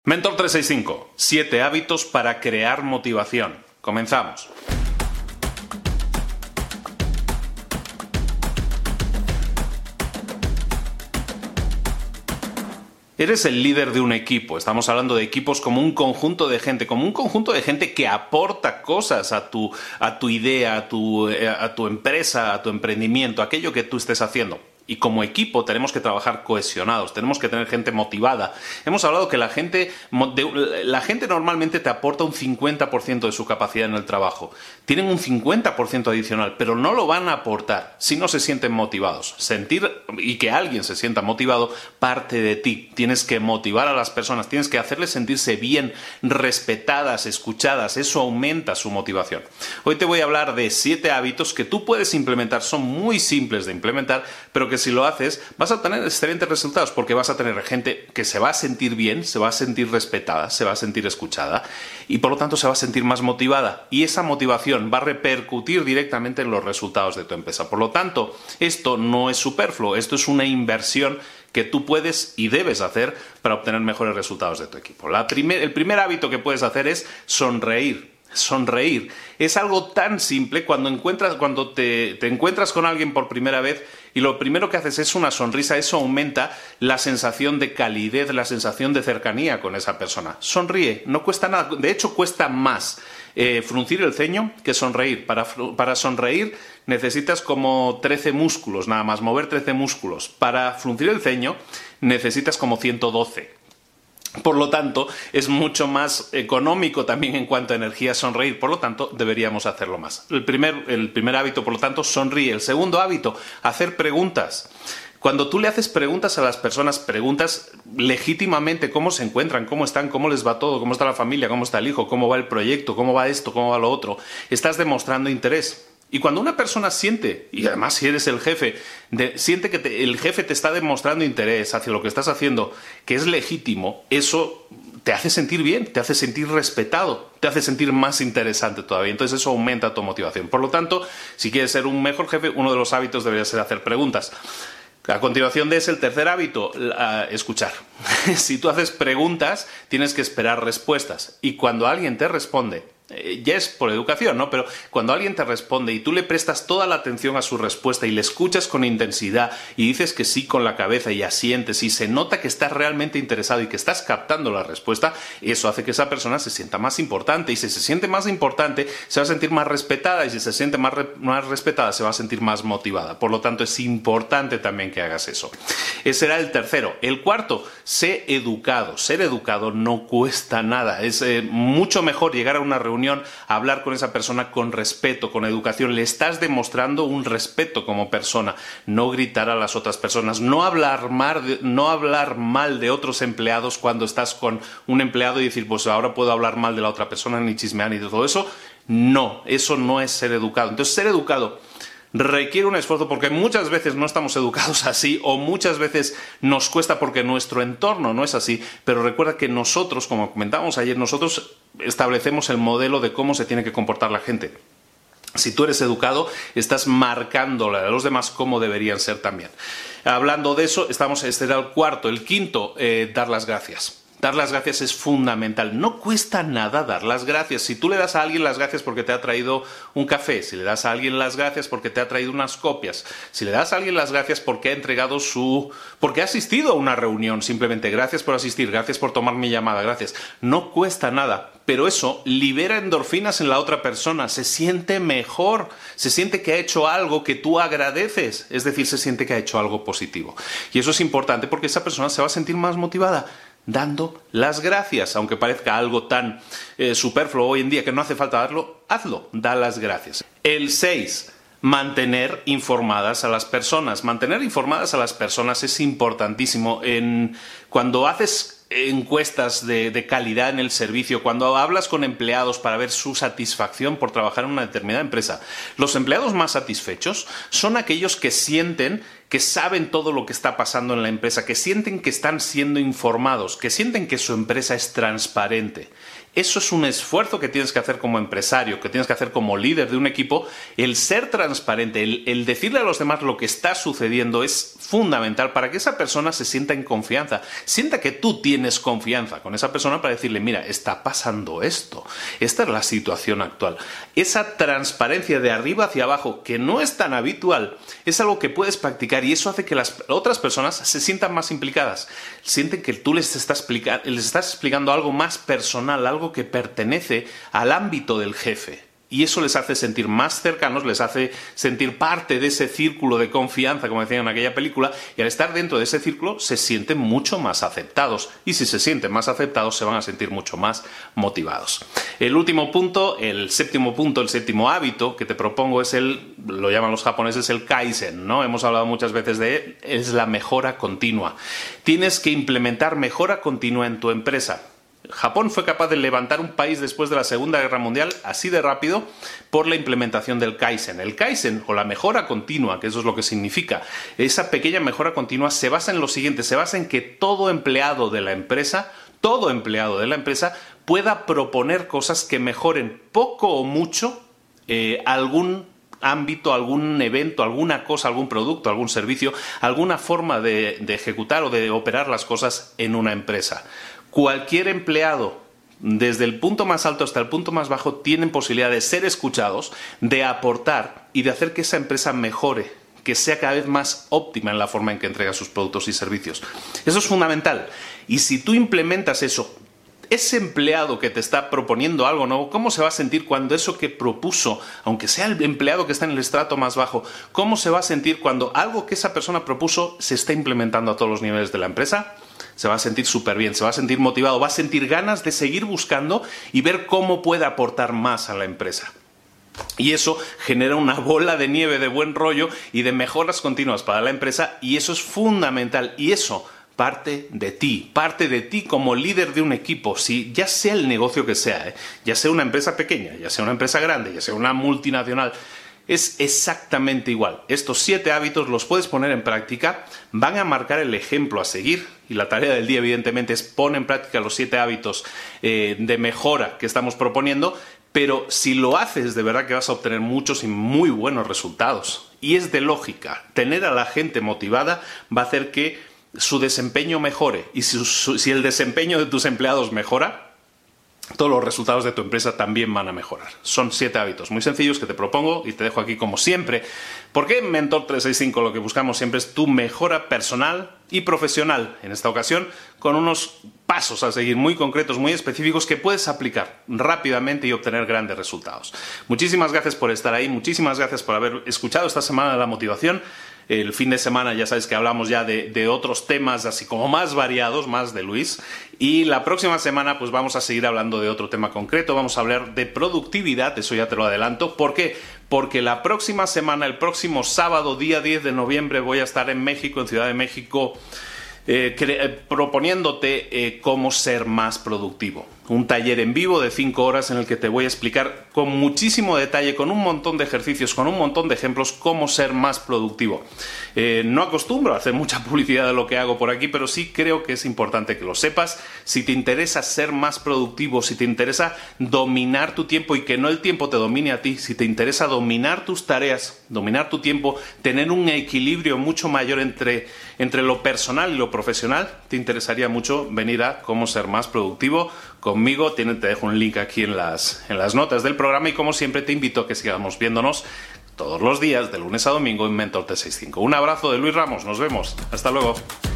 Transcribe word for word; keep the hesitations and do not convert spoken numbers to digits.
Mentor trescientos sesenta y cinco. Siete hábitos para crear motivación. Comenzamos. Eres el líder de un equipo. Estamos hablando de equipos como un conjunto de gente, como un conjunto de gente que aporta cosas a tu, a tu idea, a tu, a tu empresa, a tu emprendimiento, aquello que tú estés haciendo. Y como equipo tenemos que trabajar cohesionados, tenemos que tener gente motivada. Hemos hablado que la gente, la gente normalmente te aporta un cincuenta por ciento de su capacidad en el trabajo. Tienen un cincuenta por ciento adicional, pero no lo van a aportar si no se sienten motivados. Sentir y que alguien se sienta motivado parte de ti. Tienes que motivar a las personas, tienes que hacerles sentirse bien, respetadas, escuchadas. Eso aumenta su motivación. Hoy te voy a hablar de siete hábitos que tú puedes implementar. Son muy simples de implementar, pero que si lo haces vas a obtener excelentes resultados porque vas a tener gente que se va a sentir bien, se va a sentir respetada, se va a sentir escuchada y por lo tanto se va a sentir más motivada y esa motivación va a repercutir directamente en los resultados de tu empresa. Por lo tanto, esto no es superfluo, esto es una inversión que tú puedes y debes hacer para obtener mejores resultados de tu equipo. La primer, el primer hábito que puedes hacer es sonreír. Sonreír es algo tan simple cuando encuentras cuando te, te encuentras con alguien por primera vez y lo primero que haces es una sonrisa. Eso aumenta la sensación de calidez, la sensación de cercanía con esa persona. Sonríe, no cuesta nada, de hecho cuesta más eh, fruncir el ceño que sonreír. Para, para sonreír necesitas como trece músculos, nada más mover trece músculos. Para fruncir el ceño necesitas como ciento doce. Por lo tanto, es mucho más económico también en cuanto a energía sonreír. Por lo tanto, deberíamos hacerlo más. El primer, el primer hábito, por lo tanto, sonríe. El segundo hábito, hacer preguntas. Cuando tú le haces preguntas a las personas, preguntas legítimamente cómo se encuentran, cómo están, cómo les va todo, cómo está la familia, cómo está el hijo, cómo va el proyecto, cómo va esto, cómo va lo otro, estás demostrando interés. Y cuando una persona siente, y además si eres el jefe, de, siente que te, el jefe te está demostrando interés hacia lo que estás haciendo, que es legítimo, eso te hace sentir bien, te hace sentir respetado, te hace sentir más interesante todavía. Entonces eso aumenta tu motivación. Por lo tanto, si quieres ser un mejor jefe, uno de los hábitos debería ser hacer preguntas. A continuación de ese, el tercer hábito, uh, escuchar. Si tú haces preguntas, tienes que esperar respuestas. Y cuando alguien te responde, eh, ya es por educación, ¿no? Pero cuando alguien te responde y tú le prestas toda la atención a su respuesta y le escuchas con intensidad y dices que sí con la cabeza y asientes y se nota que estás realmente interesado y que estás captando la respuesta, eso hace que esa persona se sienta más importante. Y si se siente más importante, se va a sentir más respetada. Y si se siente más, re más respetada, se va a sentir más motivada. Por lo tanto, es importante también que hagas eso. Ese era el tercero. El cuarto, sé educado. Ser educado no cuesta nada. Es eh, mucho mejor llegar a una reunión, a hablar con esa persona con respeto, con educación. Le estás demostrando un respeto como persona. No gritar a las otras personas. No hablar mal de, no hablar mal de otros empleados cuando estás con un empleado y decir, pues ahora puedo hablar mal de la otra persona, ni chismear ni de todo eso. No, eso no es ser educado. Entonces, ser educado requiere un esfuerzo porque muchas veces no estamos educados así o muchas veces nos cuesta porque nuestro entorno no es así, pero recuerda que nosotros, como comentábamos ayer, nosotros establecemos el modelo de cómo se tiene que comportar la gente. Si tú eres educado, estás marcándole a los demás cómo deberían ser también. Hablando de eso, estamos, este era el cuarto. El quinto, eh, dar las gracias. Dar las gracias es fundamental. No cuesta nada dar las gracias. Si tú le das a alguien las gracias porque te ha traído un café, si le das a alguien las gracias porque te ha traído unas copias, si le das a alguien las gracias porque ha entregado su... porque ha asistido a una reunión, simplemente gracias por asistir, gracias por tomar mi llamada, gracias. No cuesta nada, pero eso libera endorfinas en la otra persona, se siente mejor, se siente que ha hecho algo que tú agradeces, es decir, se siente que ha hecho algo positivo. Y eso es importante porque esa persona se va a sentir más motivada dando las gracias, aunque parezca algo tan eh, superfluo hoy en día que no hace falta darlo, hazlo, da las gracias. El seis, mantener informadas a las personas. Mantener informadas a las personas es importantísimo. En, cuando haces encuestas de, de calidad en el servicio, cuando hablas con empleados para ver su satisfacción por trabajar en una determinada empresa, los empleados más satisfechos son aquellos que sienten que saben todo lo que está pasando en la empresa, que sienten que están siendo informados, que sienten que su empresa es transparente. Eso es un esfuerzo que tienes que hacer como empresario, que tienes que hacer como líder de un equipo. El ser transparente, el, el decirle a los demás lo que está sucediendo es fundamental para que esa persona se sienta en confianza, sienta que tú tienes confianza con esa persona para decirle, mira, está pasando esto, esta es la situación actual. Esa transparencia de arriba hacia abajo, que no es tan habitual, es algo que puedes practicar y eso hace que las otras personas se sientan más implicadas, sienten que tú les estás, explica- les estás explicando algo más personal, algo que pertenece al ámbito del jefe. Y eso les hace sentir más cercanos, les hace sentir parte de ese círculo de confianza, como decían en aquella película, y al estar dentro de ese círculo se sienten mucho más aceptados. Y si se sienten más aceptados, se van a sentir mucho más motivados. El último punto, el séptimo punto, el séptimo hábito que te propongo es el, lo llaman los japoneses, el Kaizen, ¿no? Hemos hablado muchas veces de él, es la mejora continua. Tienes que implementar mejora continua en tu empresa. Japón fue capaz de levantar un país después de la Segunda Guerra Mundial así de rápido por la implementación del Kaizen. El Kaizen, o la mejora continua, que eso es lo que significa, esa pequeña mejora continua se basa en lo siguiente, se basa en que todo empleado de la empresa, todo empleado de la empresa pueda proponer cosas que mejoren poco o mucho eh, algún ámbito, algún evento, alguna cosa, algún producto, algún servicio, alguna forma de, de ejecutar o de operar las cosas en una empresa. Cualquier empleado, desde el punto más alto hasta el punto más bajo, tienen posibilidad de ser escuchados, de aportar y de hacer que esa empresa mejore, que sea cada vez más óptima en la forma en que entrega sus productos y servicios. Eso es fundamental. Y si tú implementas eso, ese empleado que te está proponiendo algo nuevo, ¿cómo se va a sentir cuando eso que propuso, aunque sea el empleado que está en el estrato más bajo, cómo se va a sentir cuando algo que esa persona propuso se está implementando a todos los niveles de la empresa? Se va a sentir súper bien, se va a sentir motivado, va a sentir ganas de seguir buscando y ver cómo puede aportar más a la empresa. Y eso genera una bola de nieve de buen rollo y de mejoras continuas para la empresa y eso es fundamental y eso parte de ti, parte de ti como líder de un equipo, si ya sea el negocio que sea, ¿eh? Ya sea una empresa pequeña, ya sea una empresa grande, ya sea una multinacional. Es exactamente igual. Estos siete hábitos los puedes poner en práctica, van a marcar el ejemplo a seguir y la tarea del día evidentemente es poner en práctica los siete hábitos eh, de mejora que estamos proponiendo, pero si lo haces de verdad que vas a obtener muchos y muy buenos resultados. Y es de lógica, tener a la gente motivada va a hacer que su desempeño mejore y si, su, si el desempeño de tus empleados mejora, todos los resultados de tu empresa también van a mejorar. Son siete hábitos muy sencillos que te propongo y te dejo aquí como siempre. Porque en Mentor trescientos sesenta y cinco lo que buscamos siempre es tu mejora personal y profesional. En esta ocasión, con unos pasos a seguir muy concretos, muy específicos que puedes aplicar rápidamente y obtener grandes resultados. Muchísimas gracias por estar ahí, muchísimas gracias por haber escuchado esta semana de la motivación. El fin de semana ya sabes que hablamos ya de, de otros temas así como más variados, más de Luis. Y la próxima semana pues vamos a seguir hablando de otro tema concreto. Vamos a hablar de productividad, eso ya te lo adelanto. ¿Por qué? Porque la próxima semana, el próximo sábado, día diez de noviembre, voy a estar en México, en Ciudad de México, eh, cre- proponiéndote eh, cómo ser más productivo. Un taller en vivo de cinco horas en el que te voy a explicar con muchísimo detalle, con un montón de ejercicios, con un montón de ejemplos, cómo ser más productivo. Eh, no acostumbro a hacer mucha publicidad de lo que hago por aquí, pero sí creo que es importante que lo sepas. Si te interesa ser más productivo, si te interesa dominar tu tiempo y que no el tiempo te domine a ti, si te interesa dominar tus tareas, dominar tu tiempo, tener un equilibrio mucho mayor entre, entre lo personal y lo profesional, te interesaría mucho venir a Cómo Ser Más Productivo conmigo. Te dejo un link aquí en las, en las notas del programa y como siempre te invito a que sigamos viéndonos todos los días de lunes a domingo en Mentor trescientos sesenta y cinco. Un abrazo de Luis Ramos, nos vemos, hasta luego.